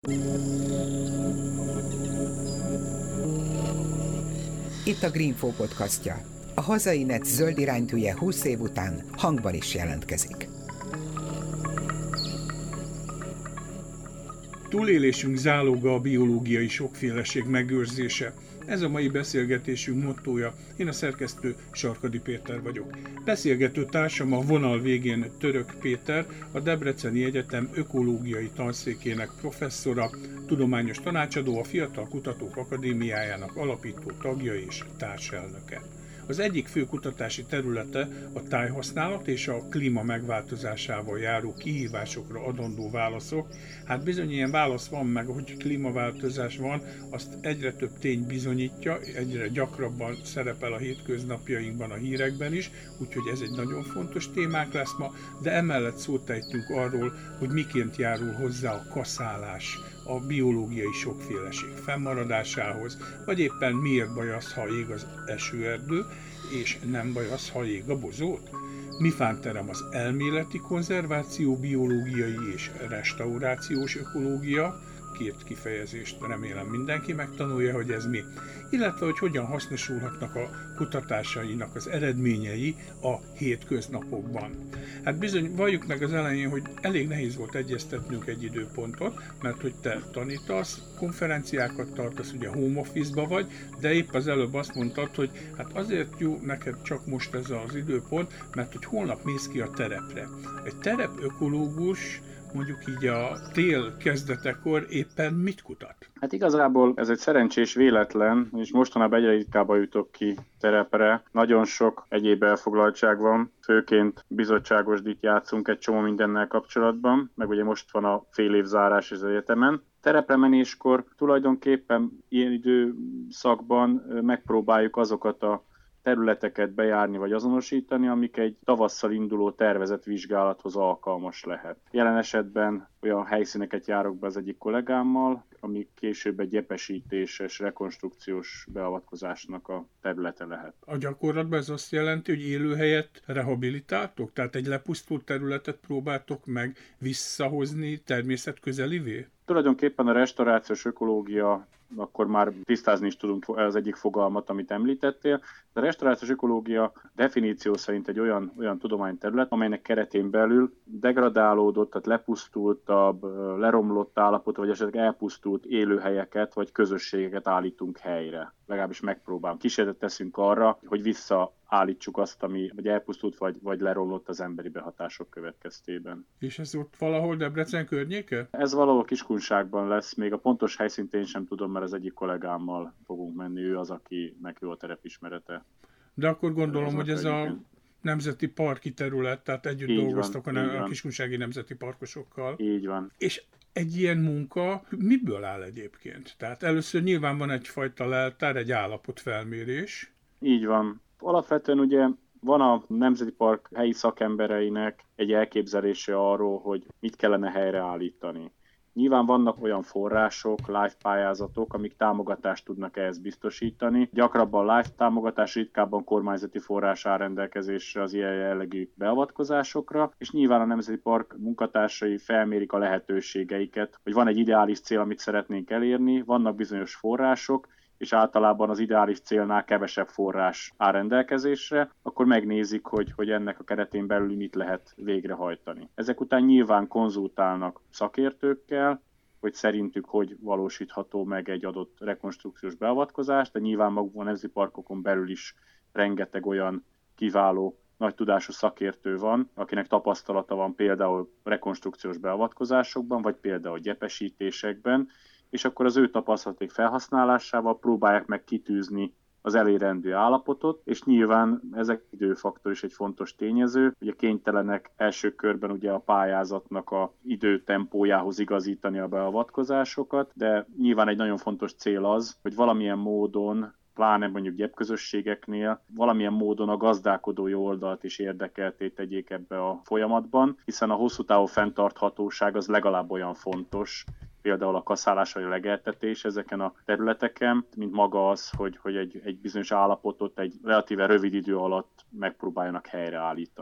Itt a Greenfo podcastja. A hazai net zöld iránytűje 20 év után hangban is jelentkezik. Túlélésünk záloga a biológiai sokféleség megőrzése. Ez a mai beszélgetésünk mottója. Én a szerkesztő Sarkadi Péter vagyok. Beszélgető társam a vonal végén Török Péter, a Debreceni Egyetem ökológiai tanszékének professzora, tudományos tanácsadó, a Fiatal Kutatók Akadémiájának alapító tagja és társelnöke. Az egyik fő kutatási területe a tájhasználat és a klíma megváltozásával járó kihívásokra adandó válaszok. Hát bizony ilyen válasz van, meg hogy klímaváltozás van, azt egyre több tény bizonyítja, egyre gyakrabban szerepel a hétköznapjainkban, a hírekben is, úgyhogy ez egy nagyon fontos témánk lesz ma, de emellett szót ejtünk arról, hogy miként járul hozzá a kaszálás a biológiai sokféleség fennmaradásához, vagy éppen miért baj az, ha ég az esőerdő, és nem baj az, ha ég a bozót? Mifán terem az elméleti konzerváció, biológiai és restaurációs ökológia, két kifejezést remélem mindenki megtanulja, hogy ez mi, illetve hogy hogyan hasznosulhatnak a kutatásainak az eredményei a hétköznapokban. Hát bizony, valljuk meg az elején, hogy elég nehéz volt egyeztetnünk egy időpontot, mert hogy te tanítasz, konferenciákat tartasz, ugye home office-ba vagy, de épp az előbb azt mondtad, hogy hát azért jó neked csak most ez az időpont, mert hogy holnap mész ki a terepre. Egy terepökológus mondjuk így a tél kezdetekor éppen mit kutat? Hát igazából ez egy szerencsés véletlen, és mostanában egyre ritkábban jutok ki terepre. Nagyon sok egyéb elfoglaltság van, főként bizottságos díjt játszunk egy csomó mindennel kapcsolatban, meg ugye most van a fél év zárás az egyetemen. Terepre menéskor tulajdonképpen ilyen időszakban megpróbáljuk azokat a területeket bejárni vagy azonosítani, amik egy tavasszal induló tervezett vizsgálathoz alkalmas lehet. Jelen esetben olyan helyszíneket járok be az egyik kollégámmal, amik később egy gyepesítéses, rekonstrukciós beavatkozásnak a területe lehet. A gyakorlatban ez azt jelenti, hogy élőhelyet rehabilitáltok? Tehát egy lepusztult területet próbáltok meg visszahozni természetközelivé? Tulajdonképpen a restaurációs ökológia, akkor már tisztázni is tudunk az egyik fogalmat, amit említettél. A restaurációs ökológia definíció szerint egy olyan tudományterület, amelynek keretén belül degradálódott, tehát lepusztultabb, leromlott állapotú, vagy esetleg elpusztult élőhelyeket vagy közösségeket állítunk helyre. Legalábbis megpróbálunk. Kísérletet teszünk arra, hogy visszaállítsuk azt, ami vagy elpusztult, vagy leromlott az emberi behatások következtében. És ez ott valahol Debrecen környéke? Ez valahol Kiskunságban lesz, még a pontos helyszínt én sem tudom, mert az egyik kollégámmal fogunk menni, ő az, akinek jó a terepismerete. De akkor gondolom, hogy ez a nemzeti parki terület, tehát együtt dolgoztok a kiskunsági nemzeti parkosokkal. Így van. És egy ilyen munka miből áll egyébként? Tehát először nyilván van egyfajta leltár, egy állapotfelmérés. Így van. Alapvetően ugye van a Nemzeti Park helyi szakembereinek egy elképzelése arról, hogy mit kellene helyreállítani. Nyilván vannak olyan források, live pályázatok, amik támogatást tudnak ehhez biztosítani. Gyakrabban live támogatás, ritkábban kormányzati forrás áll rendelkezésre az ilyen jellegű beavatkozásokra, és nyilván a Nemzeti Park munkatársai felmérik a lehetőségeiket, hogy van egy ideális cél, amit szeretnénk elérni, vannak bizonyos források, és általában az ideális célnál kevesebb forrás áll rendelkezésre, akkor megnézik, hogy ennek a keretén belül mit lehet végrehajtani. Ezek után nyilván konzultálnak szakértőkkel, hogy szerintük hogy valósítható meg egy adott rekonstrukciós beavatkozás, de nyilván magukon a nemzeti parkokon belül is rengeteg olyan kiváló, nagy tudású szakértő van, akinek tapasztalata van például rekonstrukciós beavatkozásokban, vagy például gyepesítésekben, és akkor az ő tapasztalaték felhasználásával próbálják meg kitűzni az elérendő állapotot, és nyilván ezek időfaktor is egy fontos tényező. Ugye kénytelenek első körben ugye a pályázatnak a időtempójához igazítani a beavatkozásokat, de nyilván egy nagyon fontos cél az, hogy valamilyen módon, pláne mondjuk gyepközösségeknél, valamilyen módon a gazdálkodói oldalt is érdekelté tegyék ebbe a folyamatban, hiszen a hosszú távú fenntarthatóság az legalább olyan fontos, például a kaszálás vagy a legeltetés ezeken a területeken, mint maga az, hogy egy bizonyos állapotot egy relatíve rövid idő alatt megpróbáljanak helyreállítani.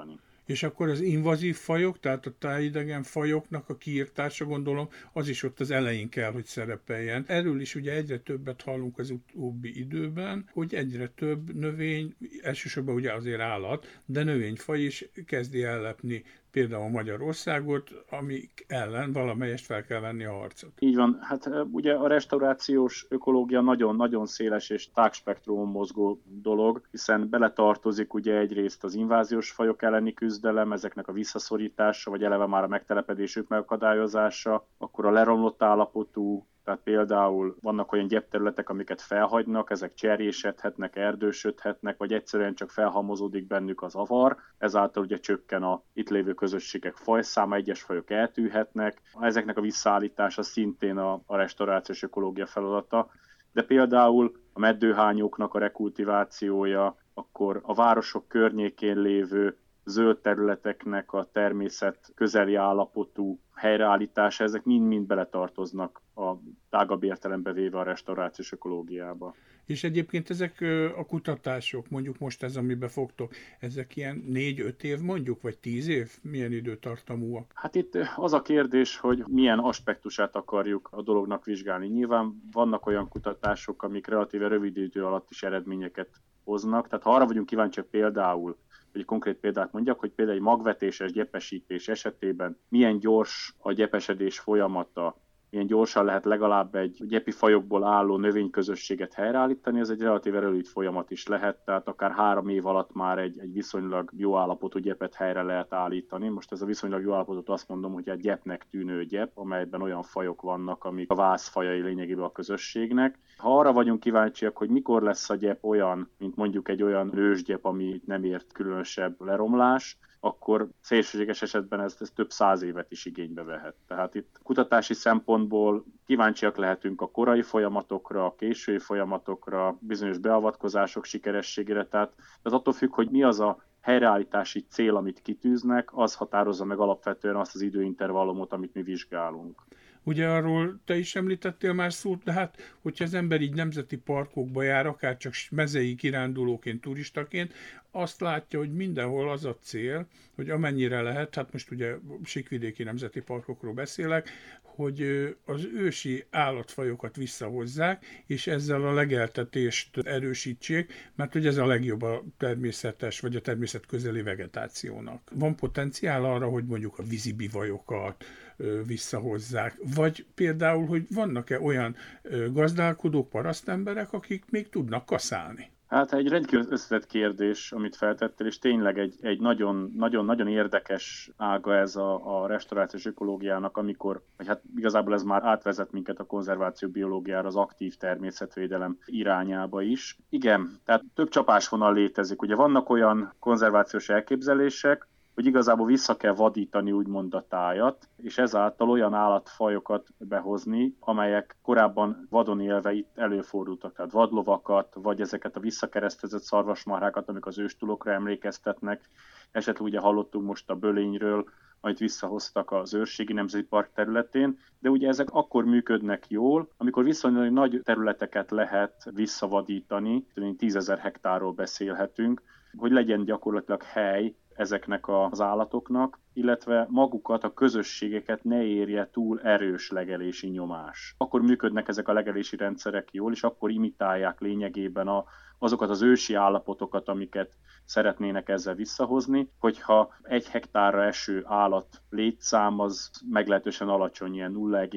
És akkor az invazív fajok, tehát a tájidegen fajoknak a kiirtása, gondolom, az is ott az elején kell, hogy szerepeljen. Erről is ugye egyre többet hallunk az utóbbi időben, hogy egyre több növény, elsősorban ugye azért állat, de növényfaj is kezdi ellepni például Magyarországot, amik ellen valamelyest fel kell venni a harcot. Így van, hát ugye a restaurációs ökológia nagyon-nagyon széles és tágspektrumon mozgó dolog, hiszen beletartozik ugye egyrészt az inváziós fajok elleni küzdelem, ezeknek a visszaszorítása, vagy eleve már a megtelepedésük megakadályozása, akkor a leromlott állapotú, tehát például vannak olyan gyepterületek, amiket felhagynak, ezek cserjésedhetnek, erdősödhetnek, vagy egyszerűen csak felhalmozódik bennük az avar, ezáltal ugye csökken a itt lévő közösségek fajszáma, egyes fajok eltűnhetnek. Ezeknek a visszaállítása szintén a restaurációs ökológia feladata, de például a meddőhányóknak a rekultivációja, akkor a városok környékén lévő zöld területeknek a természet közeli állapotú helyreállítása, ezek mind-mind beletartoznak a tágabb értelembe véve a restaurációs ökológiába. És egyébként ezek a kutatások, mondjuk most ez, amiben fogtok, ezek ilyen 4-5 év mondjuk, vagy 10 év? Milyen időtartamúak? Hát itt az a kérdés, hogy milyen aspektusát akarjuk a dolognak vizsgálni. Nyilván vannak olyan kutatások, amik relatíve rövid idő alatt is eredményeket hoznak. Tehát ha arra vagyunk kíváncsiak például, hogy konkrét példát mondjak, hogy például egy magvetéses gyepesítés esetében milyen gyors a gyepesedés folyamata, milyen gyorsan lehet legalább egy gyepi fajokból álló növényközösséget helyreállítani, ez egy relatíve rövid folyamat is lehet, tehát akár 3 év alatt már egy viszonylag jó állapotú gyepet helyre lehet állítani. Most ez a viszonylag jó állapotot azt mondom, hogy egy gyepnek tűnő gyep, amelyben olyan fajok vannak, amik a vászfajai lényegében a közösségnek. Ha arra vagyunk kíváncsiak, hogy mikor lesz a gyep olyan, mint mondjuk egy olyan ősgyep, ami nem ért különösebb leromlás, akkor szélsőséges esetben ez több 100 évet is igénybe vehet. Tehát itt kutatási szempontból kíváncsiak lehetünk a korai folyamatokra, a késői folyamatokra, bizonyos beavatkozások sikerességére, tehát az attól függ, hogy mi az a helyreállítási cél, amit kitűznek, az határozza meg alapvetően azt az időintervallumot, amit mi vizsgálunk. Ugye arról te is említettél már szót, de hát, hogyha az ember így nemzeti parkokba jár, akár csak mezei kirándulóként, turistaként, azt látja, hogy mindenhol az a cél, hogy amennyire lehet, hát most ugye síkvidéki nemzeti parkokról beszélek, hogy az ősi állatfajokat visszahozzák, és ezzel a legeltetést erősítsék, mert hogy ez a legjobb a természetes, vagy a természet közeli vegetációnak. Van potenciál arra, hogy mondjuk a vízibivajokat visszahozzák, vagy például, hogy vannak-e olyan gazdálkodók, parasztemberek, akik még tudnak kaszálni? Hát egy rendkívül összetett kérdés, amit feltettél, és tényleg egy nagyon érdekes ága ez a restaurációs ökológiának, amikor, vagy hát igazából ez már átvezet minket a konzerváció biológiára, az aktív természetvédelem irányába is. Igen, tehát több csapásvonal létezik. Ugye vannak olyan konzervációs elképzelések, hogy igazából vissza kell vadítani úgymond a tájat, és ezáltal olyan állatfajokat behozni, amelyek korábban vadon élve itt előfordultak, tehát vadlovakat, vagy ezeket a visszakeresztezett szarvasmarhákat, amik az őstulokra emlékeztetnek. Esetleg ugye hallottunk most a bölényről, amit visszahoztak az Őrségi Nemzeti Park területén, de ugye ezek akkor működnek jól, amikor viszonylag nagy területeket lehet visszavadítani, 10 000 hektárról beszélhetünk, hogy legyen gyakorlatilag hely ezeknek az állatoknak, illetve magukat, a közösségeket ne érje túl erős legelési nyomás. Akkor működnek ezek a legelési rendszerek jól, és akkor imitálják lényegében azokat az ősi állapotokat, amiket szeretnének ezzel visszahozni, hogyha 1 hektárra eső állat létszám az meglehetősen alacsony, ilyen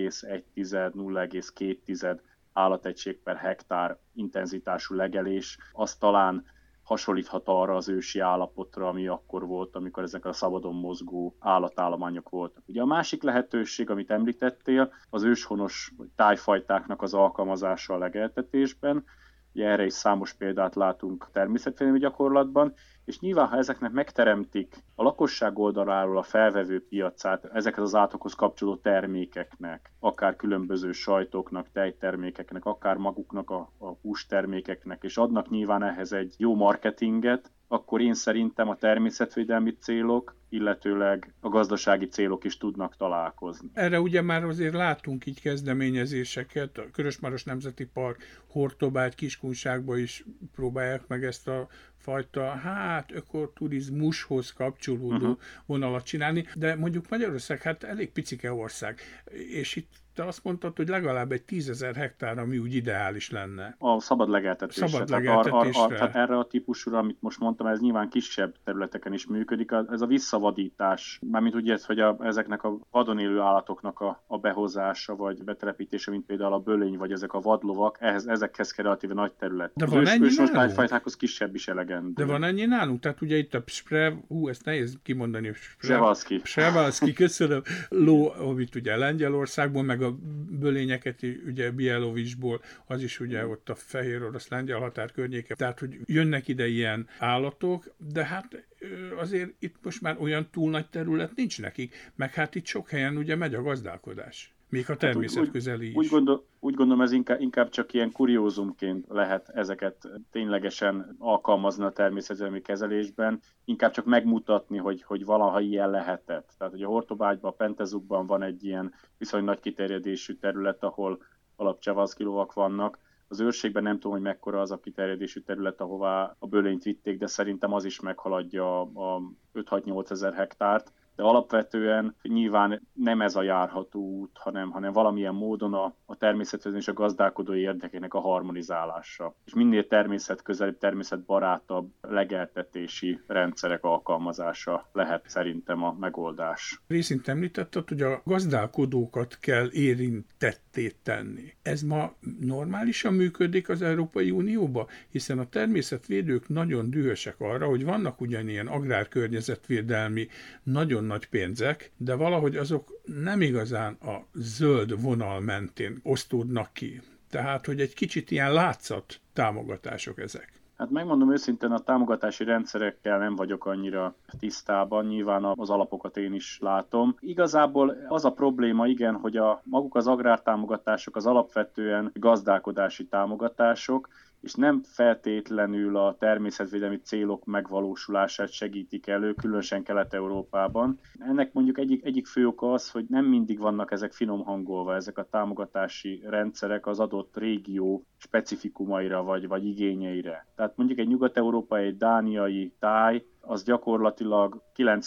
0,1-0,2 állategység per hektár intenzitású legelés, az talán hasonlíthat arra az ősi állapotra, ami akkor volt, amikor ezek a szabadon mozgó állatállományok voltak. Ugye a másik lehetőség, amit említettél, az őshonos tájfajtáknak az alkalmazása a legeltetésben. Ugye erre is számos példát látunk természetvédelmi gyakorlatban, és nyilván, ha ezeknek megteremtik a lakosság oldaláról a felvevő piacát ezekhez az állatokhoz kapcsolódó termékeknek, akár különböző sajtoknak, tejtermékeknek, akár maguknak a hústermékeknek, és adnak nyilván ehhez egy jó marketinget, akkor én szerintem a természetvédelmi célok, illetőleg a gazdasági célok is tudnak találkozni. Erre ugye már azért látunk így kezdeményezéseket, a Körösmaros Nemzeti Park, Hortobágy, Kiskunságban is próbálják meg ezt a fajta, ökoturizmushoz kapcsolódó vonalat csinálni, de mondjuk Magyarország elég picike ország, és itt te azt mondtad, hogy legalább egy 10 000 hektár, ami úgy ideális lenne. A szabad legeltetésre. Tehát erre a típusúra, amit most mondtam, ez nyilván kisebb területeken is működik. Ez a visszavadítás, mármint úgy érsz, hogy ezeknek a vadon élő állatoknak a behozása vagy betelepítése, mint például a bölény, vagy ezek a vadlovak, ezekhez kell relatíve nagy terület. De van ennyi nálunk? Fajtákhoz kisebb is elegendő. De van ennyi nálunk? Tehát ugye itt a ezt nehéz kimondani. Przewalski, köszönöm. Ló, amit ugye Lengyelországból, meg a bölényeket ugye Bielovicsból, az is ugye ott a fehér orosz-lengyel határ környéke. Tehát, hogy jönnek ide ilyen állatok, de azért itt most már olyan túl nagy terület nincs nekik, meg itt sok helyen ugye megy a gazdálkodás. Még a természet közeli is. Úgy gondolom, ez inkább csak ilyen kuriózumként lehet ezeket ténylegesen alkalmazni a természetvédelmi kezelésben, inkább csak megmutatni, hogy valaha ilyen lehetett. Tehát, hogy a Hortobágyban, a Pentezukban van egy ilyen viszonylag nagy kiterjedésű terület, ahol alapcsevaszki lovak vannak. Az őrségben nem tudom, hogy mekkora az a kiterjedésű terület, ahová a bölényt vitték, de szerintem az is meghaladja a 5-6-8 ezer hektárt. De alapvetően nyilván nem ez a járható út, hanem valamilyen módon a természetvédelmi és a gazdálkodói érdekének a harmonizálása. És minél természetközelibb, természetbarátabb legeltetési rendszerek alkalmazása lehet szerintem a megoldás. Részint említetted, hogy a gazdálkodókat kell érintetté tenni. Ez ma normálisan működik az Európai Unióban? Hiszen a természetvédők nagyon dühösek arra, hogy vannak ugyanilyen agrárkörnyezetvédelmi nagyon nagy pénzek, de valahogy azok nem igazán a zöld vonal mentén osztódnak ki. Tehát, hogy egy kicsit ilyen látszat támogatások ezek. Hát megmondom őszintén, a támogatási rendszerekkel nem vagyok annyira tisztában, nyilván az alapokat én is látom. Igazából az a probléma, igen, hogy maguk az agrártámogatások az alapvetően gazdálkodási támogatások, és nem feltétlenül a természetvédelmi célok megvalósulását segítik elő, különösen Kelet-Európában. Ennek mondjuk egyik fő oka az, hogy nem mindig vannak ezek finom hangolva, ezek a támogatási rendszerek az adott régió specifikumaira vagy igényeire. Tehát mondjuk egy nyugat-európai, egy dániai táj, az gyakorlatilag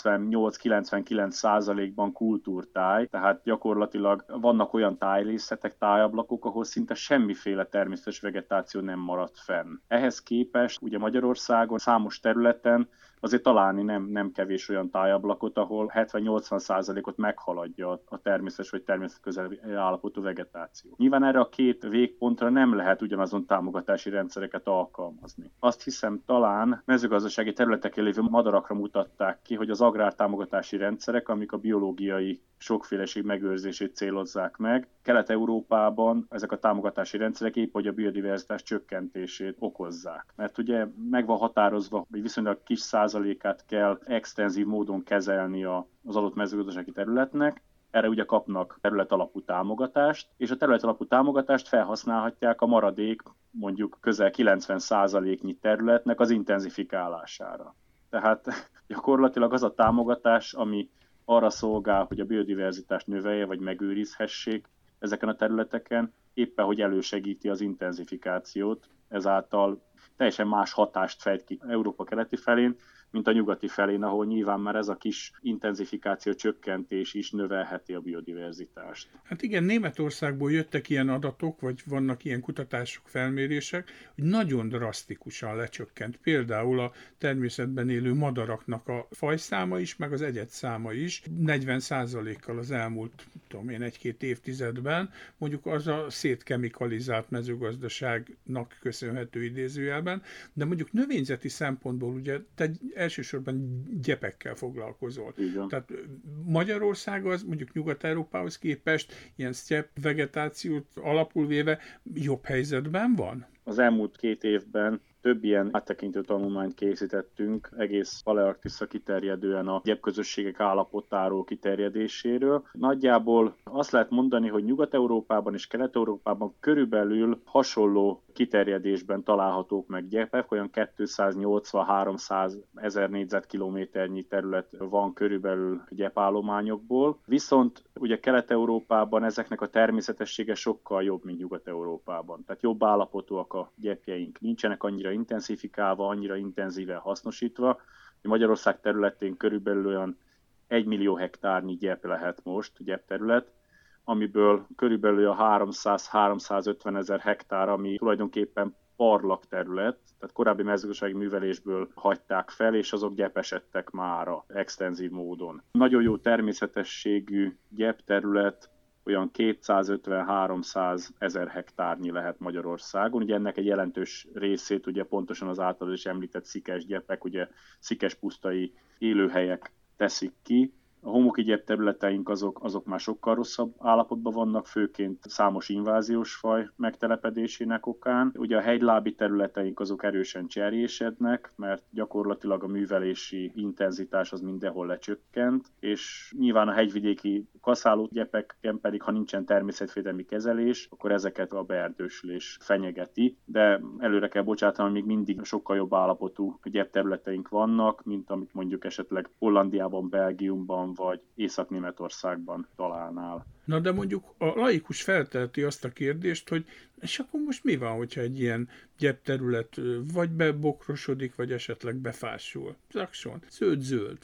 98-99%-ban kultúrtáj, tehát gyakorlatilag vannak olyan tájrészetek, tájablakok, ahol szinte semmiféle természetes vegetáció nem maradt fenn. Ehhez képest ugye Magyarországon számos területen azért találni nem kevés olyan tájablakot, ahol 70-80%-ot meghaladja a természetes vagy természetközeli állapotú vegetáció. Nyilván erre a két végpontra nem lehet ugyanazon támogatási rendszereket alkalmazni. Azt hiszem, talán mezőgazdasági területeken lévő madarakra mutatták ki, hogy az agrártámogatási rendszerek, amik a biológiai sokféleség megőrzését célozzák meg, Kelet-Európában ezek a támogatási rendszerek épp hogy a biodiverzitás csökkentését okozzák. Mert ugye meg van határozva, hogy viszonylag kis százalékát kell extenzív módon kezelni az adott mezőgazdasági területnek, erre ugye kapnak területalapú támogatást, és a területalapú támogatást felhasználhatják a maradék, mondjuk közel 90%-nyi területnek az intenzifikálására. Tehát gyakorlatilag az a támogatás, ami arra szolgál, hogy a biodiverzitást növelje, vagy megőrizhessék ezeken a területeken, éppen hogy elősegíti az intenzifikációt, ezáltal teljesen más hatást fejt ki Európa keleti felén, mint a nyugati felén, ahol nyilván már ez a kis intenzifikáció csökkentés is növelheti a biodiverzitást. Hát igen, Németországból jöttek ilyen adatok, vagy vannak ilyen kutatások, felmérések, hogy nagyon drasztikusan lecsökkent például a természetben élő madaraknak a fajszáma is, meg az egyedszáma is, 40%-kal az elmúlt, egy-két évtizedben, mondjuk az a szétkemikalizált mezőgazdaságnak köszönhető idézőjelben, de mondjuk növényzeti szempontból ugye te elsősorban gyepekkel foglalkozol. Igen. Tehát Magyarország az mondjuk Nyugat-Európához képest ilyen sztyepp vegetációt alapul véve jobb helyzetben van? Az elmúlt 2 évben több ilyen áttekintő tanulmányt készítettünk, egész Palearktiszra kiterjedően a gyepközösségek állapotáról, kiterjedéséről. Nagyjából azt lehet mondani, hogy Nyugat-Európában és Kelet-Európában körülbelül hasonló kiterjedésben találhatók meg gyepek, olyan 280-300 ezer négyzetkilométernyi terület van körülbelül gyepállományokból. Viszont ugye Kelet-Európában ezeknek a természetessége sokkal jobb, mint Nyugat-Európában. Tehát jobb állapotúak a gyepjeink, nincsenek annyira intenzifikálva, annyira intenzíven hasznosítva. Magyarország területén körülbelül olyan 1 millió hektárnyi gyep lehet most, gyepterület, amiből körülbelül a 300-350 ezer hektár, ami tulajdonképpen parlak terület, tehát korábbi mezőgazdasági művelésből hagyták fel, és azok gyepesedtek mára extenzív módon. Nagyon jó természetességű gyepterület, olyan 250-300 ezer hektárnyi lehet Magyarországon. Ugye ennek egy jelentős részét ugye pontosan az általad is említett szikes gyepek, ugye szikes pusztai élőhelyek teszik ki. A homoki gyep területeink azok már sokkal rosszabb állapotban vannak, főként számos inváziós faj megtelepedésének okán. Ugye a hegylábi területeink azok erősen cserjésednek, mert gyakorlatilag a művelési intenzitás az mindenhol lecsökkent, és nyilván a hegyvidéki kaszáló gyepeken pedig, ha nincsen természetvédelmi kezelés, akkor ezeket a beerdősülés fenyegeti, de előre kell bocsátanom, hogy még mindig sokkal jobb állapotú gyep területeink vannak, mint amit mondjuk esetleg Hollandiában, Belgiumban vagy Észak-Németországban találnál. Na de mondjuk a laikus felteheti azt a kérdést, hogy és akkor most mi van, hogyha egy ilyen gyepterület vagy bebokrosodik, vagy esetleg befásul? Zakson, zöld.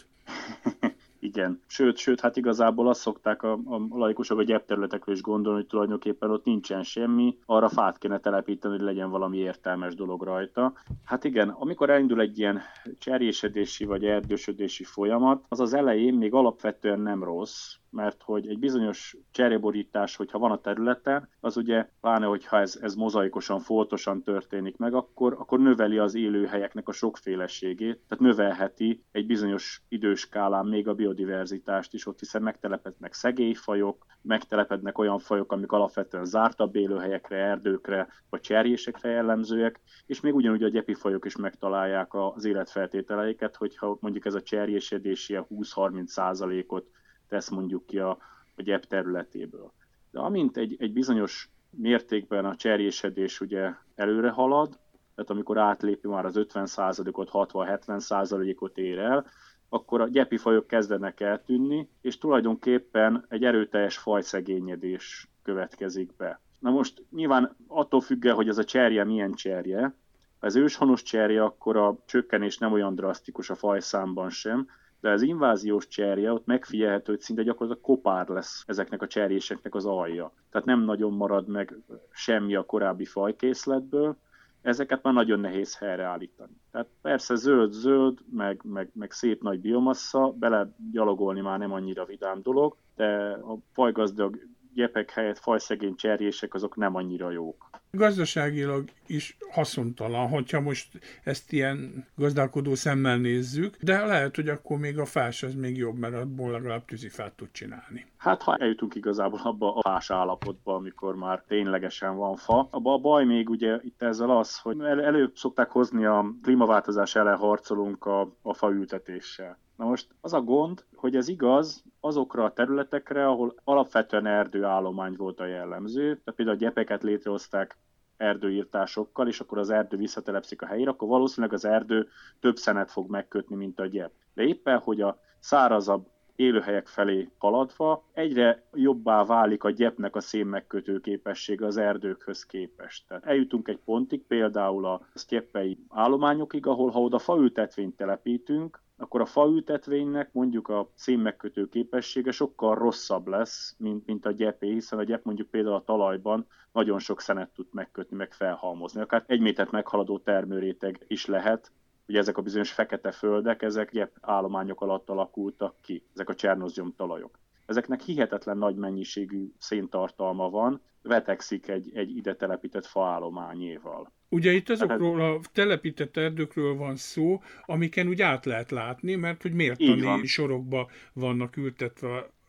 Igen. Sőt, hát igazából azt szokták a laikusok a gyepterületekről is gondolni, hogy tulajdonképpen ott nincsen semmi, arra fát kéne telepíteni, hogy legyen valami értelmes dolog rajta. Hát igen, amikor elindul egy ilyen cserjésedési vagy erdősödési folyamat, az elején még alapvetően nem rossz, mert hogy egy bizonyos cserjeborítás, hogyha van a területen, az ugye, pláne hogyha ez mozaikosan, foltosan történik meg, akkor növeli az élőhelyeknek a sokféleségét, tehát növelheti egy bizonyos időskálán még a biodiverzitást is ott, hiszen megtelepednek szegélyfajok, megtelepednek olyan fajok, amik alapvetően zártabb élőhelyekre, erdőkre vagy cserjésekre jellemzőek, és még ugyanúgy a gyepi fajok is megtalálják az életfeltételeiket, hogyha mondjuk ez a cserjésedés ilyen 20-30%-ot tesz mondjuk ki a gyep területéből. De amint egy bizonyos mértékben a cserjésedés ugye előre halad, tehát amikor átlépi már az 50%-ot, 60-70%-ot ér el, akkor a gyepi fajok kezdenek eltűnni, és tulajdonképpen egy erőteljes fajszegényedés következik be. Na most nyilván attól függ, hogy ez a cserje milyen cserje. Ha ez őshonos cserje, akkor a csökkenés nem olyan drasztikus a fajszámban sem, de az inváziós cserje, ott megfigyelhető, hogy szinte gyakorlatilag kopár lesz ezeknek a cserjéseknek az alja. Tehát nem nagyon marad meg semmi a korábbi fajkészletből, ezeket már nagyon nehéz helyreállítani. Tehát persze zöld, meg szép nagy biomassa, bele gyalogolni már nem annyira vidám dolog, de a fajgazdag gyepek helyett fajszegény cserjések azok nem annyira jók. Gazdaságilag is haszontalan, hogyha most ezt ilyen gazdálkodó szemmel nézzük, de lehet, hogy akkor még a fás az még jobb, mert abból legalább tűzifát tud csinálni. Hát ha eljutunk igazából abba a fás állapotba, amikor már ténylegesen van fa. Abba a baj még ugye itt ezzel az, hogy előbb szokták hozni a klímaváltozás ellen harcolunk a faültetéssel. Na most az a gond, hogy ez igaz azokra a területekre, ahol alapvetően erdőállomány volt a jellemző, tehát például a gyepeket létrehozták erdőírtásokkal, és akkor az erdő visszatelepszik a helyére, akkor valószínűleg az erdő több szenet fog megkötni, mint a gyep. De éppen, hogy a szárazabb élőhelyek felé haladva egyre jobbá válik a gyepnek a szénmegkötő képessége az erdőkhöz képest. Tehát eljutunk egy pontig, például a sztyeppei állományokig, ahol ha oda faültetvényt telepítünk, akkor a faültetvénynek mondjuk a szénmegkötő képessége sokkal rosszabb lesz, mint a gyepé, hiszen a gyep mondjuk például a talajban nagyon sok szenet tud megkötni, meg felhalmozni. Akár 1 métert meghaladó termőréteg is lehet. Ugye ezek a bizonyos fekete földek, ezek gyep állományok alatt alakultak ki, ezek a csernozjom talajok. Ezeknek hihetetlen nagy mennyiségű széntartalma van, vetekszik egy ide telepített faállományéval. Ugye itt azokról a telepített erdőkről van szó, amiken úgy át lehet látni, mert hogy mértani sorokba vannak ültetve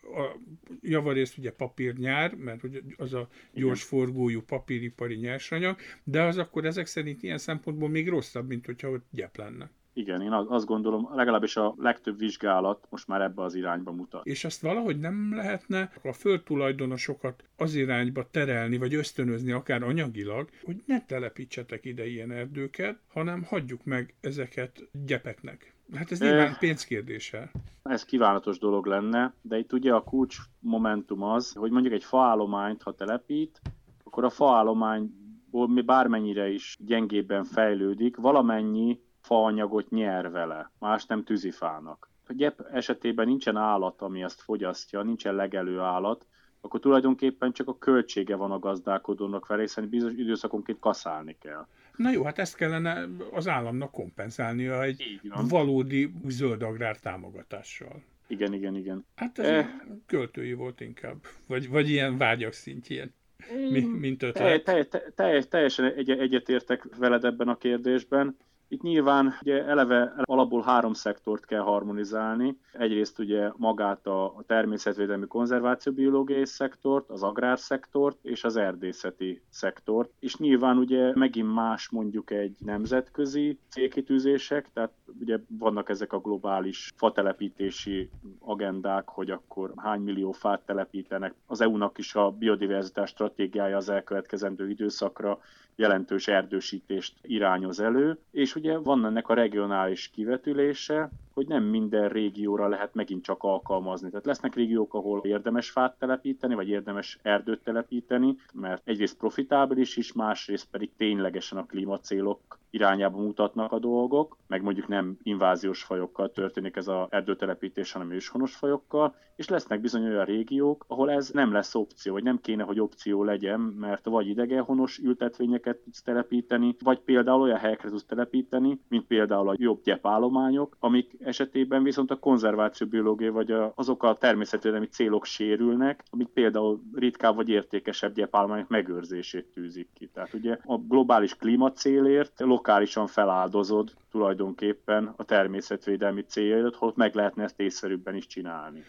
a javarészt ugye papírnyár, mert az a gyors forgójú papíripari nyersanyag, de az akkor ezek szerint ilyen szempontból még rosszabb, mint hogyha ott gyep lenne. Igen, én azt gondolom, legalábbis a legtöbb vizsgálat most már ebbe az irányba mutat. És azt valahogy nem lehetne a földtulajdonosokat az irányba terelni, vagy ösztönözni akár anyagilag, hogy ne telepítsetek ide ilyen erdőket, hanem hagyjuk meg ezeket gyepeknek. Hát ez nyilván pénzkérdése. Ez kívánatos dolog lenne, de itt ugye a kulcs momentum az, hogy mondjuk egy faállományt, ha telepít, akkor a faállományból bármennyire is gyengébben fejlődik, valamennyi faanyagot nyer vele, más nem tűzifának. Ha gyep esetében nincsen állat, ami ezt fogyasztja, nincsen legelő állat, akkor tulajdonképpen csak a költsége van a gazdálkodónak vele, hiszen bizonyos időszakonként kaszálni kell. Na jó, hát ezt kellene az államnak kompenzálnia egy valódi zöld agrár támogatással. Igen. Hát ez költői volt inkább, vagy ilyen vágyak szintjén, mint ötlet. Teljesen egyetértek veled ebben a kérdésben. Itt nyilván ugye eleve alapból 3 szektort kell harmonizálni. Egyrészt ugye magát a természetvédelmi konzervációbiológiai szektort, az agrárszektort és az erdészeti szektort. És nyilván ugye megint más mondjuk egy nemzetközi célkitűzések, tehát ugye vannak ezek a globális fatelepítési agendák, hogy akkor hány millió fát telepítenek. Az EU-nak is a biodiverzitás stratégiája az elkövetkezendő időszakra jelentős erdősítést irányoz elő, és ugye van ennek a regionális kivetülése, hogy nem minden régióra lehet megint csak alkalmazni. Tehát lesznek régiók, ahol érdemes fát telepíteni, vagy érdemes erdőt telepíteni, mert egyrészt profitábilis is, másrészt pedig ténylegesen a klímacélok irányába mutatnak a dolgok, meg mondjuk nem inváziós fajokkal történik ez az erdőtelepítés, hanem őshonos fajokkal, és lesznek bizony olyan régiók, ahol ez nem lesz opció, vagy nem kéne, hogy opció legyen, mert vagy idegenhonos ültetvényeket tudsz telepíteni, vagy például olyan helyekre tudsz telepíteni, mint például a jobb gyepállományok, amik esetében viszont a konzervációbiológiai vagy azok a természetvédelmi célok sérülnek, amik például ritkább vagy értékesebb gyepállományok megőrzését tűzik ki. Tehát ugye a globális klímacélért lokálisan feláldozod tulajdonképpen a természetvédelmi céljaidat, holott meg lehetne ezt észszerűbben is csinálni.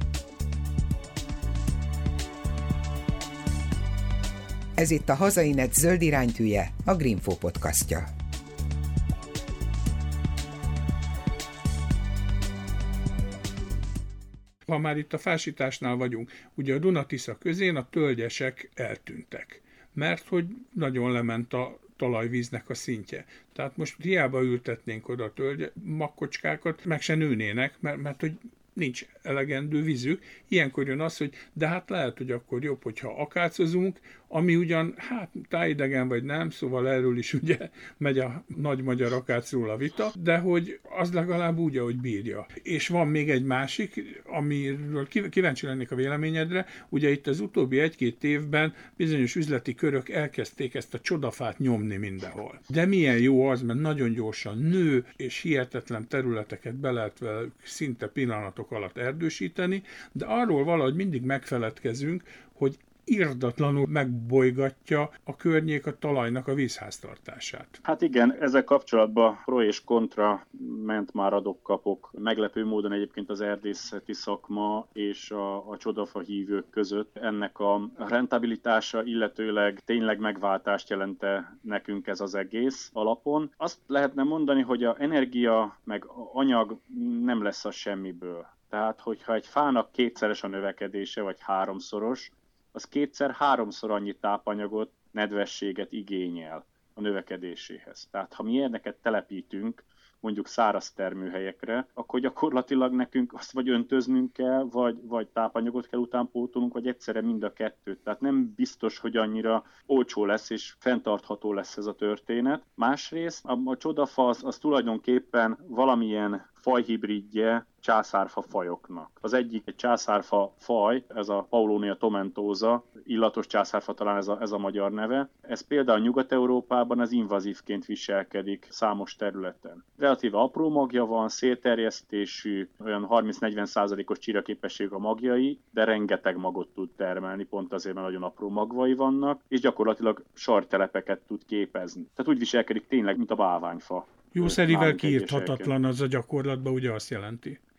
Ez itt a Hazainet zöld iránytűje, a Greenfo podcastja. Ha már itt a fásításnál vagyunk, ugye a Duna-Tisza közén a tölgyesek eltűntek, mert hogy nagyon lement a talajvíznek a szintje. Tehát most hiába ültetnénk oda a makkocskákat, meg se nőnének, mert hogy nincs elegendő vízük. Ilyenkor jön az, hogy de hát lehet, hogy akkor jobb, hogyha akácozunk, ami ugyan, hát tájidegen vagy nem, szóval erről is ugye megy a nagy magyar akácról a vita, de hogy az legalább úgy, ahogy bírja. És van még egy másik, amiről kíváncsi lennék a véleményedre, ugye itt az utóbbi 1-2 évben bizonyos üzleti körök elkezdték ezt a csodafát nyomni mindenhol. De milyen jó az, mert nagyon gyorsan nő, és hihetetlen területeket be lehet vele szinte pillanatok alatt erdősíteni, de arról valahogy mindig megfeledkezünk, hogy irdatlanul megbolygatja a környék a talajnak a vízháztartását. Hát igen, ezzel kapcsolatban pro és kontra ment már adok-kapok. Meglepő módon egyébként az erdészeti szakma és a csodafa hívők között ennek a rentabilitása, illetőleg tényleg megváltást jelente nekünk ez az egész alapon. Azt lehetne mondani, hogy a energia meg a anyag nem lesz az semmiből. Tehát, hogyha egy fának 2-szeres a növekedése, vagy 3-szoros, az 2-3-szor annyi tápanyagot, nedvességet igényel a növekedéséhez. Tehát ha mi ilyeneket telepítünk, mondjuk száraz termőhelyekre, akkor gyakorlatilag nekünk azt vagy öntöznünk kell, vagy tápanyagot kell utánpótolnunk, vagy egyszerre mind a kettőt. Tehát nem biztos, hogy annyira olcsó lesz és fenntartható lesz ez a történet. Másrészt a csodafa az tulajdonképpen valamilyen fajhibridje császárfa fajoknak. Az egyik egy császárfa faj, ez a Paulonia tomentosa, illatos császárfa talán ez a magyar neve. Ez például Nyugat-Európában az invazívként viselkedik számos területen. Relatíve apró magja van, szélterjesztésű, olyan 30-40%-os csíraképesség a magjai, de rengeteg magot tud termelni, pont azért, mert nagyon apró magvai vannak, és gyakorlatilag sartelepeket tud képezni. Tehát úgy viselkedik tényleg, mint a bálványfa. Jószerivel kiírthatatlan az a gyakorlatban, ugye azt jelenti?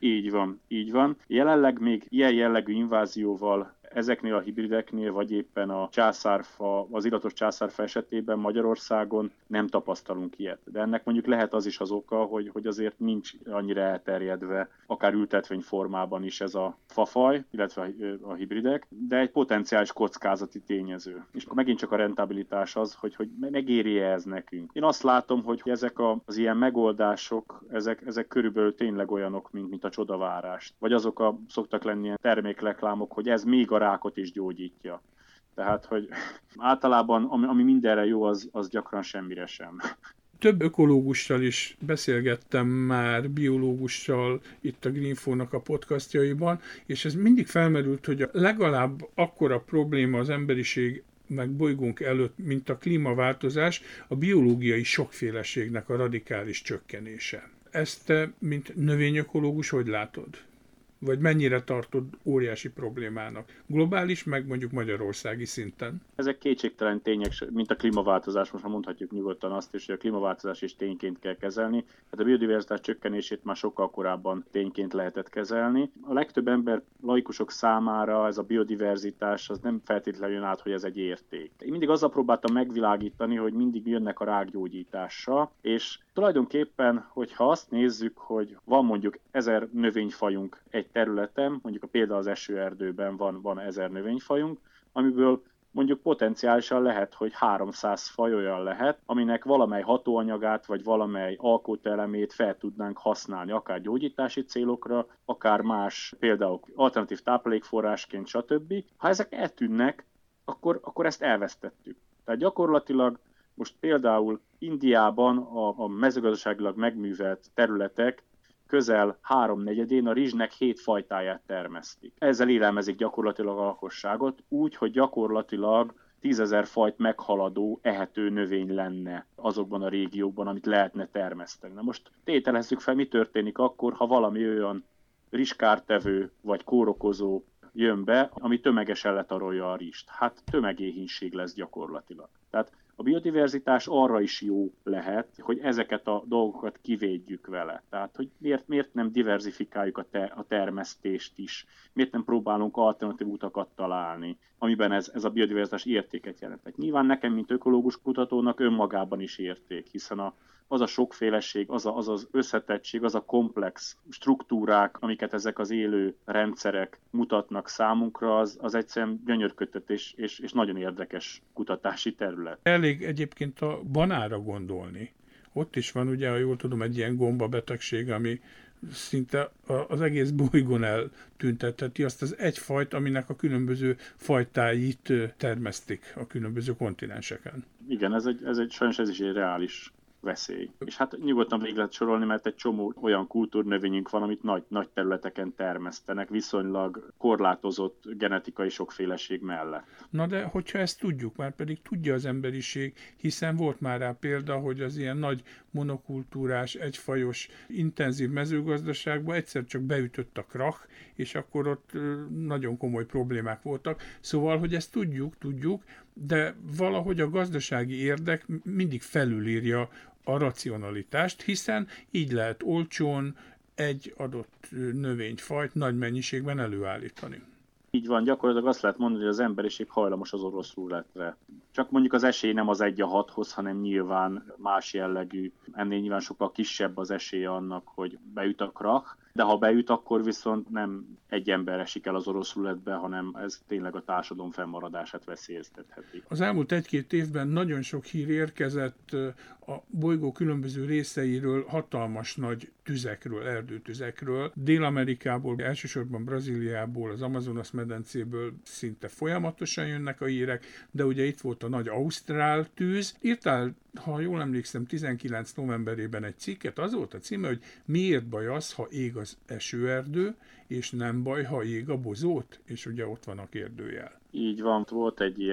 Így van, így van. Jelenleg még ilyen jellegű invázióval ezeknél a hibrideknél, vagy éppen a császárfa, az illatos császárfa esetében Magyarországon nem tapasztalunk ilyet. De ennek mondjuk lehet az is az oka, hogy azért nincs annyira elterjedve, akár ültetvény formában is ez a fafaj, illetve a hibridek, de egy potenciális kockázati tényező. És megint csak a rentabilitás az, hogy megéri-e ez nekünk. Én azt látom, hogy ezek az ilyen megoldások, ezek körülbelül tényleg olyanok, mint a csodavárást. Vagy azok szoktak lenni ilyen termékreklámok, hogy ez még a rákot is gyógyítja. Tehát, hogy általában ami mindenre jó, az gyakran semmire sem. Több ökológussal is beszélgettem már, biológussal itt a Greenfo-nak a podcastjaiban, és ez mindig felmerült, hogy legalább akkora probléma az emberiség meg bolygónk előtt, mint a klímaváltozás, a biológiai sokféleségnek a radikális csökkenése. Ezt te, mint növényökológus, hogy látod? Vagy mennyire tartod óriási problémának? Globális, meg mondjuk magyarországi szinten? Ezek kétségtelen tények, mint a klímaváltozás, most már mondhatjuk nyugodtan azt is, hogy a klímaváltozás is tényként kell kezelni. Hát a biodiverzitás csökkenését már sokkal korábban tényként lehetett kezelni. A legtöbb ember, laikusok számára ez a biodiverzitás az nem feltétlenül jön át, hogy ez egy érték. Én mindig azzal próbáltam megvilágítani, hogy mindig jönnek a rákgyógyítással, és tulajdonképpen, hogyha azt nézzük, hogy van mondjuk 1000 növényfajunk egy területen, mondjuk például az esőerdőben van 1000 növényfajunk, amiből mondjuk potenciálisan lehet, hogy 300 faj olyan lehet, aminek valamely hatóanyagát vagy valamely alkotóelemét fel tudnánk használni, akár gyógyítási célokra, akár más, például alternatív táplálékforrásként, stb. Ha ezek eltűnnek, akkor ezt elvesztettük. Tehát gyakorlatilag most például Indiában a mezőgazdaságilag megművelt területek közel 3/4 a rizsnek 7 fajtáját termesztik. Ezzel élelmezik gyakorlatilag a lakosságot, úgy, hogy gyakorlatilag 10 000 fajt meghaladó ehető növény lenne azokban a régiókban, amit lehetne termeszteni. Na most tételezzük fel, mi történik akkor, ha valami olyan rizskártevő vagy kórokozó jön be, ami tömegesen letarolja a rizst. Hát tömegéhínség lesz gyakorlatilag. Tehát a biodiverzitás arra is jó lehet, hogy ezeket a dolgokat kivédjük vele. Tehát, hogy miért nem diverzifikáljuk a termesztést is, miért nem próbálunk alternatív utakat találni, amiben ez a biodiverzitás értéket jelent. Nyilván nekem, mint ökológus kutatónak önmagában is érték, hiszen az a sokféleség, az az összetettség, az a komplex struktúrák, amiket ezek az élő rendszerek mutatnak számunkra, az egyszerűen gyönyörködtetés és nagyon érdekes kutatási terület. Elég egyébként a banára gondolni. Ott is van, ugye, ha jól tudom, egy ilyen gombabetegség, ami szinte az egész bolygón eltüntetheti azt az egy fajt, aminek a különböző fajtáit termesztik a különböző kontinenseken. Igen, sajnos ez is egy reális veszély. És hát nyugodtan végig lehet sorolni, mert egy csomó olyan kultúrnövényünk van, amit nagy területeken termesztenek, viszonylag korlátozott genetikai sokféleség mellett. Na de hogyha ezt tudjuk, már pedig tudja az emberiség, hiszen volt már rá példa, hogy az ilyen nagy monokultúrás, egyfajos, intenzív mezőgazdaságban egyszer csak beütött a krach, és akkor ott nagyon komoly problémák voltak. Szóval, hogy ezt tudjuk, de valahogy a gazdasági érdek mindig felülírja a racionalitást, hiszen így lehet olcsón egy adott növényfajt nagy mennyiségben előállítani. Így van, gyakorlatilag azt lehet mondani, hogy az emberiség hajlamos az orosz rulettre. Csak mondjuk az esély nem az 1/6-hoz, hanem nyilván más jellegű, ennél nyilván sokkal kisebb az esélye annak, hogy beüt a krach, de ha beüt, akkor viszont nem egy ember esik el az orosz rulettbe, hanem ez tényleg a társadalom fennmaradását veszélyeztetheti. Az elmúlt 1-2 évben nagyon sok hír érkezett a bolygó különböző részeiről, hatalmas nagy tüzekről, erdőtüzekről. Dél-Amerikából, elsősorban Brazíliából, az Amazonas-medencéből szinte folyamatosan jönnek a hírek, de ugye itt volt a nagy ausztrál tűz. Írtál, ha jól emlékszem, 19 novemberében egy cikket, az volt a címe, hogy miért baj az, ha ég az esőerdő, és nem baj, ha ég a bozót, és ugye ott van a kérdőjel. Így van, volt egy ilyen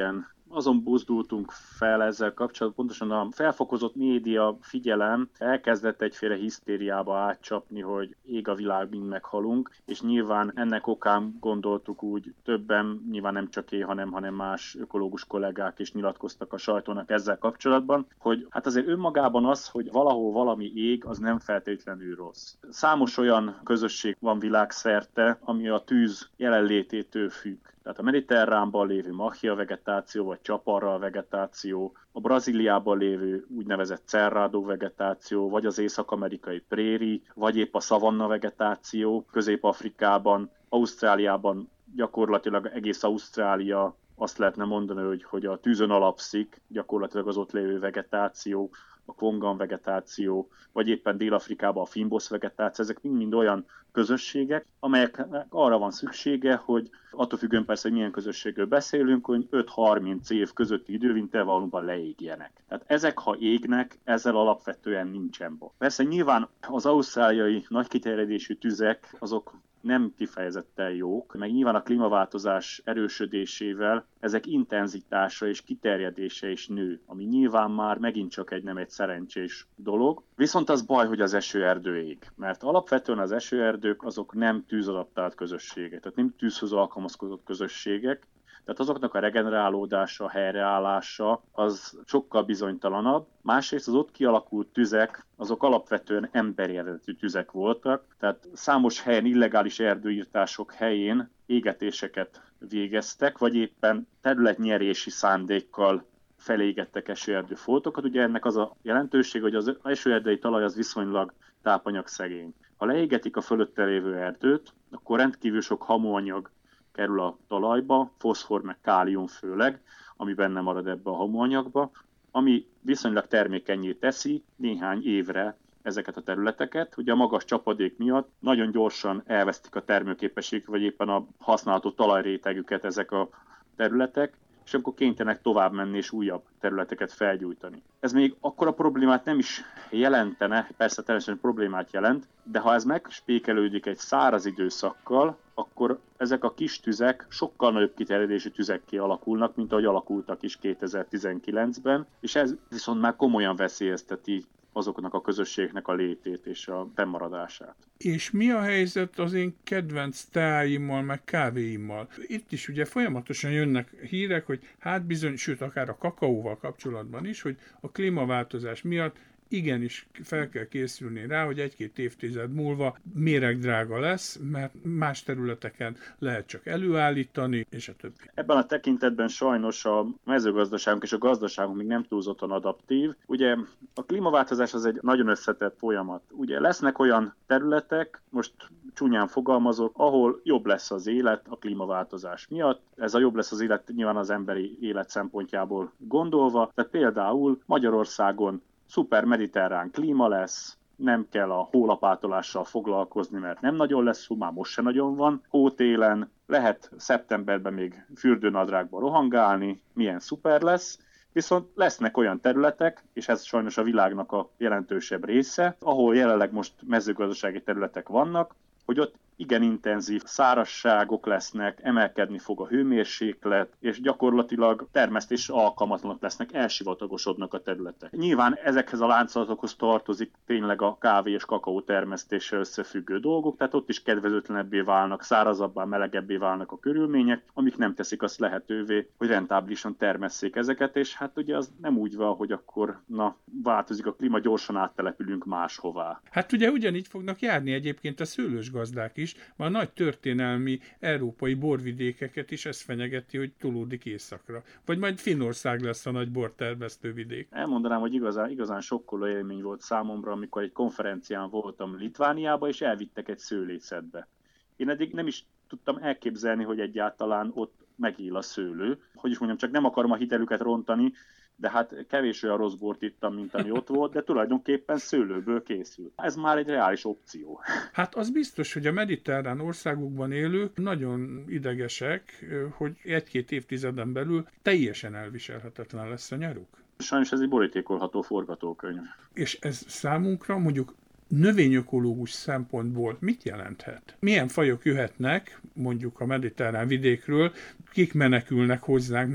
azon buzdultunk fel ezzel kapcsolatban, pontosan a felfokozott média figyelem elkezdett egyféle hisztériába átcsapni, hogy ég a világ, mind meghalunk, és nyilván ennek okán gondoltuk úgy többen, nyilván nem csak én, hanem más ökológus kollégák is nyilatkoztak a sajtónak ezzel kapcsolatban, hogy hát azért önmagában az, hogy valahol valami ég, az nem feltétlenül rossz. Számos olyan közösség van világszerte, ami a tűz jelenlététől függ. Tehát a mediterránban lévő mahia vegetáció, vagy chaparral vegetáció, a Brazíliában lévő úgynevezett cerrado vegetáció, vagy az észak-amerikai préri, vagy épp a szavanna vegetáció, Közép-Afrikában, Ausztráliában gyakorlatilag egész Ausztrália azt lehetne mondani, hogy a tűzön alapszik, gyakorlatilag az ott lévő vegetáció, a kongan vegetáció, vagy éppen Dél-Afrikában a fimbosz vegetáció, ezek mind olyan közösségek, amelyeknek arra van szüksége, hogy attól függően persze, hogy milyen közösségről beszélünk, hogy 5-30 év közötti időintervallumban leégjenek. Tehát ezek, ha égnek, ezzel alapvetően nincsen baj. Persze nyilván az ausztráliai nagy kiterjedésű tüzek, azok nem kifejezetten jók, meg nyilván a klímaváltozás erősödésével ezek intenzitása és kiterjedése is nő, ami nyilván már megint csak nem egy szerencsés dolog. Viszont az baj, hogy az esőerdő ég, mert alapvetően az esőerdők azok nem tűzadaptált közösségek, tehát nem tűzhöz alkalmazkodott közösségek, tehát azoknak a regenerálódása, helyreállása az sokkal bizonytalanabb. Másrészt az ott kialakult tüzek, azok alapvetően emberi eredetű tüzek voltak, tehát számos helyen illegális erdőirtások helyén égetéseket végeztek, vagy éppen területnyerési szándékkal felégettek esőerdőfoltokat. Ugye ennek az a jelentőség, hogy az esőerdei talaj az viszonylag tápanyagszegény. Ha leégetik a fölötte lévő erdőt, akkor rendkívül sok hamuanyag kerül a talajba, foszfor meg kálium főleg, ami benne marad ebbe a hamuanyagba, ami viszonylag termékenyé teszi néhány évre ezeket a területeket. Ugye a magas csapadék miatt nagyon gyorsan elvesztik a termőképességük, vagy éppen a használható talajrétegüket ezek a területek, és akkor kénytelenek tovább menni és újabb területeket felgyújtani. Ez még akkora problémát nem is jelentene, persze természetesen problémát jelent, de ha ez megspékelődik egy száraz időszakkal, akkor ezek a kis tüzek sokkal nagyobb kiterjedésű tüzekké alakulnak, mint ahogy alakultak is 2019-ben, és ez viszont már komolyan veszélyezteti azoknak a közösségnek a létét és a fennmaradását. És mi a helyzet az én kedvenc teáimmal, meg kávéimmal? Itt is ugye folyamatosan jönnek hírek, hogy hát bizony, sőt akár a kakaóval kapcsolatban is, hogy a klímaváltozás miatt igenis fel kell készülni rá, hogy 1-2 évtized múlva méregdrága lesz, mert más területeken lehet csak előállítani, és a többi. Ebben a tekintetben sajnos a mezőgazdaságunk és a gazdaságunk még nem túlzottan adaptív. Ugye a klímaváltozás az egy nagyon összetett folyamat. Ugye lesznek olyan területek, most csúnyán fogalmazok, ahol jobb lesz az élet a klímaváltozás miatt. Ez a jobb lesz az élet nyilván az emberi élet szempontjából gondolva. Tehát például Magyarországon szuper mediterrán klíma lesz, nem kell a hólapátolással foglalkozni, mert nem nagyon lesz hó, már most se nagyon van. Hótélen lehet szeptemberben még fürdőnadrágba rohangálni, milyen szuper lesz. Viszont lesznek olyan területek, és ez sajnos a világnak a jelentősebb része, ahol jelenleg most mezőgazdasági területek vannak, hogy ott igen intenzív szárazságok lesznek, emelkedni fog a hőmérséklet, és gyakorlatilag termesztés alkalmatlanok lesznek, elsivatagosodnak a területek. Nyilván ezekhez a láncolatokhoz tartozik tényleg a kávé és kakaó termesztéssel összefüggő dolgok, tehát ott is kedvezőtlenebbé válnak, szárazabbá, melegebbé válnak a körülmények, amik nem teszik azt lehetővé, hogy rentábilisan termesszék ezeket, és hát ugye az nem úgy van, hogy akkor változik a klíma, gyorsan áttelepülünk máshová. Hát ugye ugyanígy fognak járni egyébként a szőlős gazdák is, már nagy történelmi európai borvidékeket is ez fenyegeti, hogy tolódik északra. Vagy majd Finnország lesz a nagy bortermesztő vidék. Elmondanám, hogy igazán sokkoló élmény volt számomra, amikor egy konferencián voltam Litvániában, és elvittek egy szőlészetbe. Én eddig nem is tudtam elképzelni, hogy egyáltalán ott megél a szőlő. Hogy is mondjam, csak nem akarom a hitelüket rontani, de hát kevés olyan rossz bort ittam, mint ami ott volt, de tulajdonképpen szőlőből készült. Ez már egy reális opció. Hát az biztos, hogy a mediterrán országokban élők nagyon idegesek, hogy 1-2 évtizeden belül teljesen elviselhetetlen lesz a nyaruk. Sajnos ez egy borítékolható forgatókönyv. És ez számunkra mondjuk növényökológus szempontból mit jelenthet? Milyen fajok jöhetnek mondjuk a mediterrán vidékről, kik menekülnek hozzánk, mert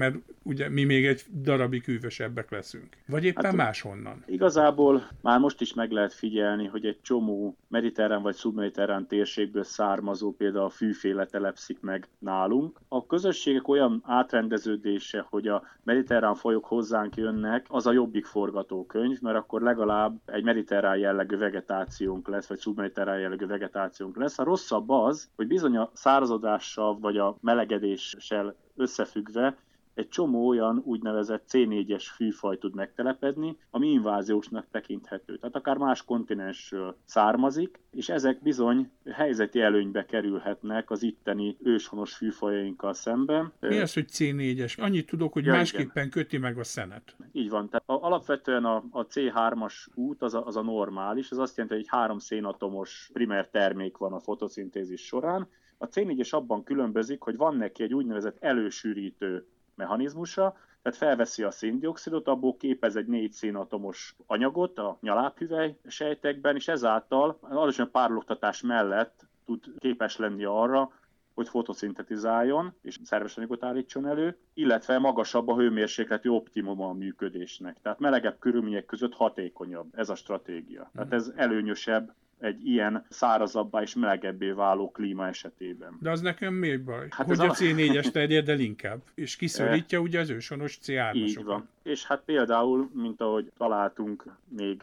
ugye mi még egy darabig hűvösebbek leszünk. Vagy éppen máshonnan. Igazából már most is meg lehet figyelni, hogy egy csomó mediterrán vagy szubmediterrán térségből származó például a fűféle telepszik meg nálunk. A közösségek olyan átrendeződése, hogy a mediterrán fajok hozzánk jönnek, az a jobbik forgatókönyv, mert akkor legalább egy mediterrán jellegű vegetációnk lesz, vagy szubmediterrán jellegű vegetációnk lesz. A rosszabb az, hogy bizony a szárazodással vagy a melegedéssel összefüggve egy csomó olyan úgynevezett C4-es fűfaj tud megtelepedni, ami inváziósnak tekinthető. Tehát akár más kontinensről származik, és ezek bizony helyzeti előnybe kerülhetnek az itteni őshonos fűfajainkkal szemben. Mi az, hogy C4-es? Annyit tudok, hogy másképpen köti meg a szenet. Így van. Tehát alapvetően a C3-as út az a normális, ez azt jelenti, hogy egy 3 szénatomos primer termék van a fotoszintézis során. A C4-es abban különbözik, hogy van neki egy úgynevezett elősűrítő mechanizmusa, tehát felveszi a széndioxidot, abból képez egy 4 szénatomos anyagot a nyalábhüvely sejtekben, és ezáltal alacsony párologtatás mellett tud képes lenni arra, hogy fotoszintetizáljon és szerves anyagot állítson elő, illetve magasabb a hőmérsékleti optimuma a működésnek. Tehát melegebb körülmények között hatékonyabb ez a stratégia. Tehát ez előnyösebb egy ilyen szárazabbá és melegebbé váló klíma esetében. De az nekem miért baj? Hát hogy a C4-es terjed el inkább, és kiszorítja ugye az őshonos C3-asokat. Így van. És hát például, mint ahogy találtunk még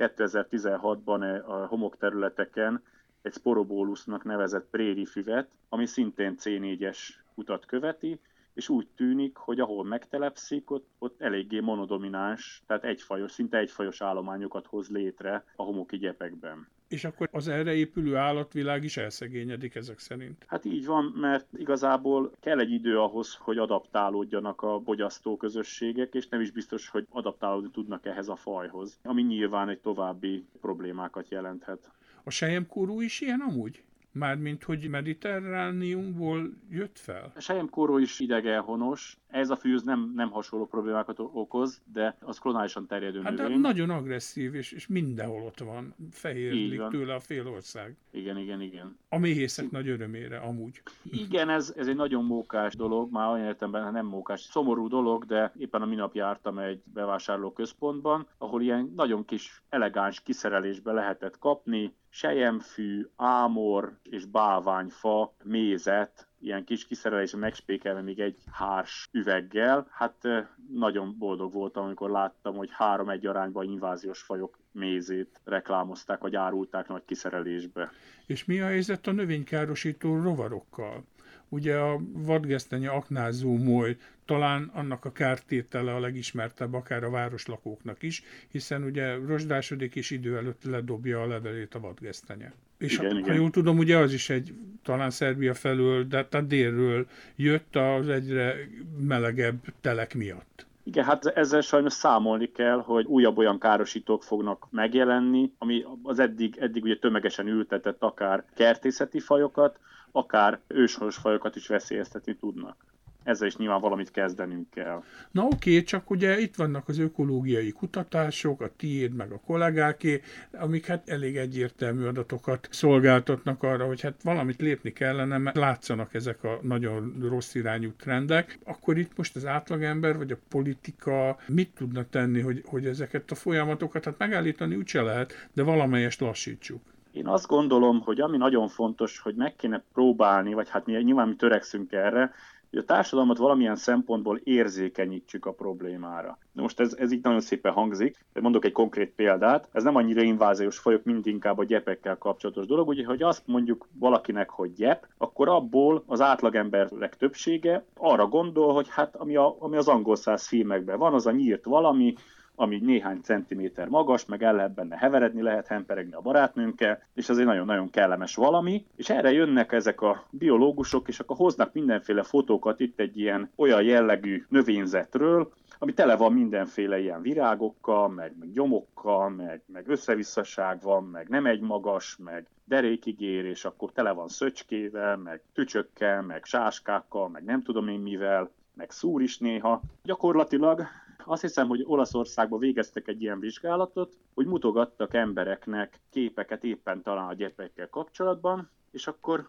2016-ban a homokterületeken egy Sporobolusnak nevezett prérifüvet, ami szintén C4-es utat követi, és úgy tűnik, hogy ahol megtelepszik, ott eléggé monodomináns, tehát szinte egyfajos állományokat hoz létre a homoki gyepekben. És akkor az erre épülő állatvilág is elszegényedik ezek szerint? Hát így van, mert igazából kell egy idő ahhoz, hogy adaptálódjanak a fogyasztó közösségek, és nem is biztos, hogy adaptálódni tudnak ehhez a fajhoz, ami nyilván egy további problémákat jelenthet. A selyemkóró is ilyen amúgy? Mármint, hogy mediterrániumból jött fel? A selyemkóró is idegenhonos. Ez a fűz nem hasonló problémákat okoz, de az klonálisan terjedő növény. De nagyon agresszív, és mindenhol ott van. Fehérlik tőle a fél ország. Igen. A méhészek nagy örömére amúgy. Igen, ez egy nagyon mókás dolog, már olyan értelemben nem mókás, szomorú dolog, de éppen a minap jártam egy bevásárlóközpontban, ahol ilyen nagyon kis elegáns kiszerelésbe lehetett kapni selyemfű, ámor és bálványfa mézet, ilyen kis kiszerelésre megspékelve még egy hárs üveggel. Hát nagyon boldog voltam, amikor láttam, hogy 3-1 arányban inváziós fajok mézét reklámozták, vagy árulták nagy kiszerelésbe. És mi a helyzet a növénykárosító rovarokkal? Ugye a vadgesztenye aknázó moly, talán annak a kártétele a legismertebb akár a városlakóknak is, hiszen ugye rozsdásodik és idő előtt ledobja a levelét a vadgesztenye. És igen. Ha jól tudom, ugye az is talán Szerbia felől, de tehát délről jött az egyre melegebb telek miatt. Igen, hát ezzel sajnos számolni kell, hogy újabb olyan károsítók fognak megjelenni, ami az eddig ugye tömegesen ültetett akár kertészeti fajokat, akár őshonos fajokat is veszélyeztetni tudnak. Ezzel is nyilván valamit kezdenünk kell. Na oké, csak ugye itt vannak az ökológiai kutatások, a tiéd meg a kollégáké, amik hát elég egyértelmű adatokat szolgáltatnak arra, hogy hát valamit lépni kellene, mert látszanak ezek a nagyon rossz irányú trendek. Akkor itt most az átlagember vagy a politika mit tudna tenni, hogy ezeket a folyamatokat hát megállítani úgyse lehet, de valamelyest lassítsuk? Én azt gondolom, hogy ami nagyon fontos, hogy meg kéne próbálni, vagy hát nyilván mi törekszünk erre, hogy a társadalmat valamilyen szempontból érzékenyítsük a problémára. Most ez így nagyon szépen hangzik, de mondok egy konkrét példát, ez nem annyira inváziós fajok, mint inkább a gyepekkel kapcsolatos dolog, ugye, hogy azt mondjuk valakinek, hogy gyep, akkor abból az átlagemberek többsége arra gondol, hogy hát ami az angol száz filmekben van, az a nyírt valami, ami néhány centiméter magas, meg el lehet benne heveredni, lehet hemperegni a barátnőnkkel, és ez egy nagyon-nagyon kellemes valami, és erre jönnek ezek a biológusok, és akkor hoznak mindenféle fotókat itt egy ilyen olyan jellegű növényzetről, ami tele van mindenféle ilyen virágokkal, meg gyomokkal, meg összevisszaság van, meg nem egy magas, meg derékig ér, és akkor tele van szöcskével, meg tücsökkel, meg sáskákkal, meg nem tudom én mivel, meg szúr is néha. Gyakorlatilag azt hiszem, hogy Olaszországban végeztek egy ilyen vizsgálatot, hogy mutogattak embereknek képeket éppen talán a gyepekkel kapcsolatban, és akkor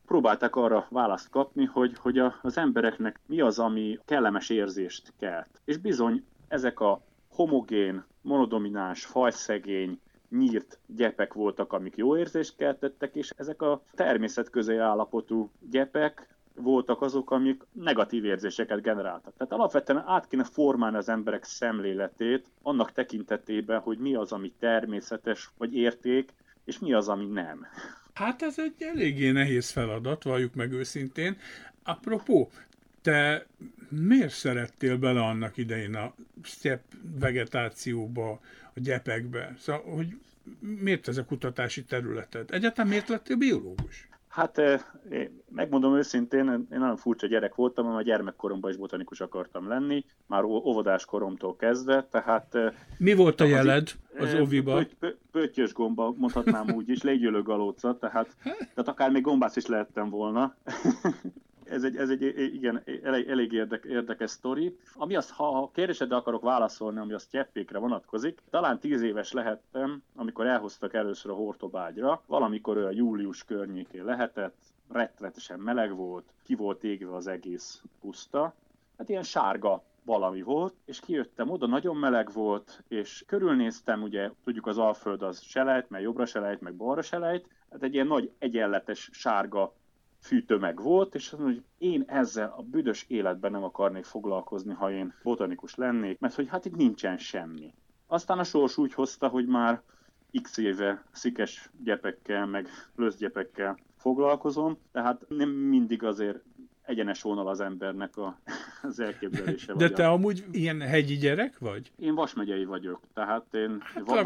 próbálták arra választ kapni, hogy az embereknek mi az, ami kellemes érzést kelt. És bizony ezek a homogén, monodomináns, fajszegény, nyírt gyepek voltak, amik jó érzést keltettek, és ezek a természetközeli állapotú gyepek voltak azok, amik negatív érzéseket generáltak. Tehát alapvetően át kéne formálni az emberek szemléletét annak tekintetében, hogy mi az, ami természetes vagy érték, és mi az, ami nem. Hát ez egy eléggé nehéz feladat, valljuk meg őszintén. Apropó, te miért szerettél bele annak idején a sztepp vegetációba, a gyepekbe? Szóval, hogy miért ez a kutatási területed? Egyáltalán miért lettél biológus? Hát megmondom őszintén, én nagyon furcsa gyerek voltam, mert a gyermekkoromban is botanikus akartam lenni, már óvodás koromtól kezdve, tehát... Mi volt a jeled az óviba? Pöttyös gomba, mondhatnám úgy is, légyölő galóca, tehát akár még gombász is lehettem volna. Ez egy igen, elég érdekes sztori. Ami azt, ha kérdésedre akarok válaszolni, ami a sztyeppékre vonatkozik, talán 10 éves lehettem, amikor elhoztak először a Hortobágyra, valamikor olyan július környékén lehetett, rettenetesen meleg volt, ki volt égve az egész puszta, hát ilyen sárga valami volt, és kijöttem oda, nagyon meleg volt, és körülnéztem, ugye tudjuk az Alföld az selejt, meg jobbra selejt, meg balra selejt, hát egy ilyen nagy egyenletes sárga fűtömeg volt, és azt mondom, hogy én ezzel a büdös életben nem akarnék foglalkozni, ha én botanikus lennék, mert hogy hát itt nincsen semmi. Aztán a sors úgy hozta, hogy már x éve szikes gyepekkel, meg löszgyepekkel foglalkozom, tehát nem mindig azért egyenes vonal az embernek az elképzelése. De te amúgy ilyen hegyi gyerek vagy? Én Vas megyei vagyok, tehát én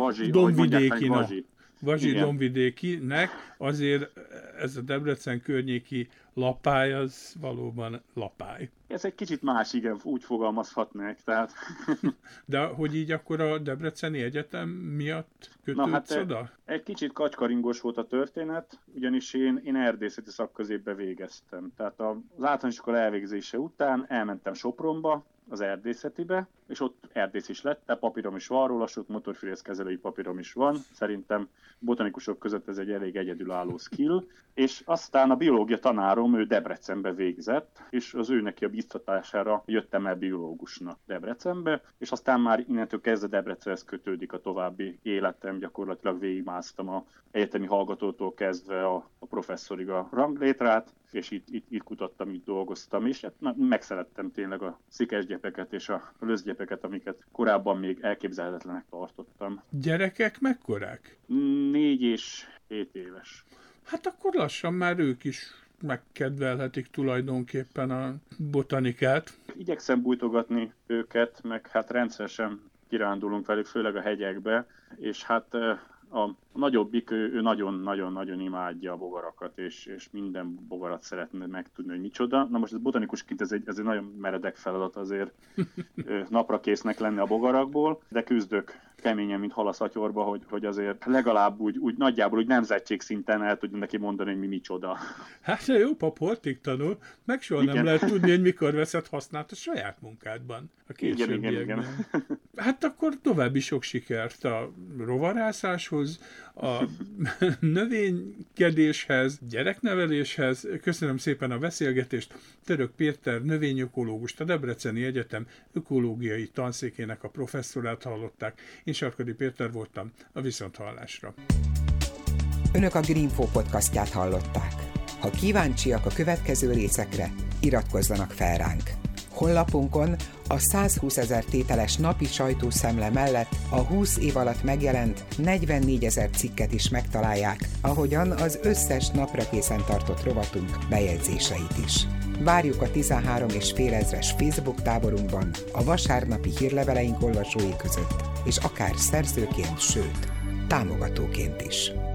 Dombvidékinek azért ez a Debrecen környéki lapály, az valóban lapály. Ez egy kicsit más, igen, úgy fogalmazhatnánk, tehát... De hogy így akkor a Debreceni Egyetem miatt kötődsz oda? Egy kicsit kacskaringos volt a történet, ugyanis én erdészeti szakközépbe végeztem. Tehát az általános iskola elvégzése után elmentem Sopronba, az erdészetibe, és ott erdész is lettem, papírom is van róla, sok motorfűrészkezelői papírom is van. Szerintem botanikusok között ez egy elég egyedülálló skill. És aztán a biológia tanárom, ő Debrecenbe végzett, és az ő neki a biztatására jöttem el biológusnak Debrecenbe, és aztán már innentől kezdve Debrecenhez kötődik a további életem, gyakorlatilag végigmásztam a egyetemi hallgatótól kezdve a professzorig a ranglétrát, és itt kutattam, itt dolgoztam, és megszerettem tényleg a szikesgyepeket és a löszgyepeket, amiket korábban még elképzelhetetlenek tartottam. Gyerekek mekkorák? 4 és 7 éves. Hát akkor lassan már ők is megkedvelhetik tulajdonképpen a botanikát. Igyekszem bújtogatni őket, meg hát rendszeresen kirándulunk velük, főleg a hegyekbe, és hát a nagyobbik, ő nagyon-nagyon-nagyon imádja a bogarakat, és minden bogarat szeretne megtudni, hogy micsoda. Na most ez botanikusként ez egy nagyon meredek feladat azért napra késznek lenni a bogarakból, de küzdök keményen, mint hal a szatyorba, hogy azért legalább úgy nagyjából úgy nemzetség szinten el tudjuk neki mondani, hogy mi micsoda. Hát jó pap holtig tanul, meg soha nem lehet tudni, hogy mikor veszed használt a saját munkádban. A későbbiekben. Igen. Hát akkor további sok sikert a rovarászáshoz, a növénykedéshez, gyerekneveléshez. Köszönöm szépen a beszélgetést. Török Péter növényökológust, a Debreceni Egyetem ökológiai tanszékének a professzorát hallották. Én Sarkadi Péter voltam, a viszonthallásra. Önök a Greenfo podcastját hallották. Ha kíváncsiak a következő részekre, iratkozzanak fel ránk. Honlapunkon a 120 000 tételes napi sajtószemle mellett a 20 év alatt megjelent 44 000 cikket is megtalálják, ahogyan az összes napra készen tartott rovatunk bejegyzéseit is. Várjuk a 13,5 000 Facebook táborunkban, a vasárnapi hírleveleink olvasói között, és akár szerzőként, sőt, támogatóként is.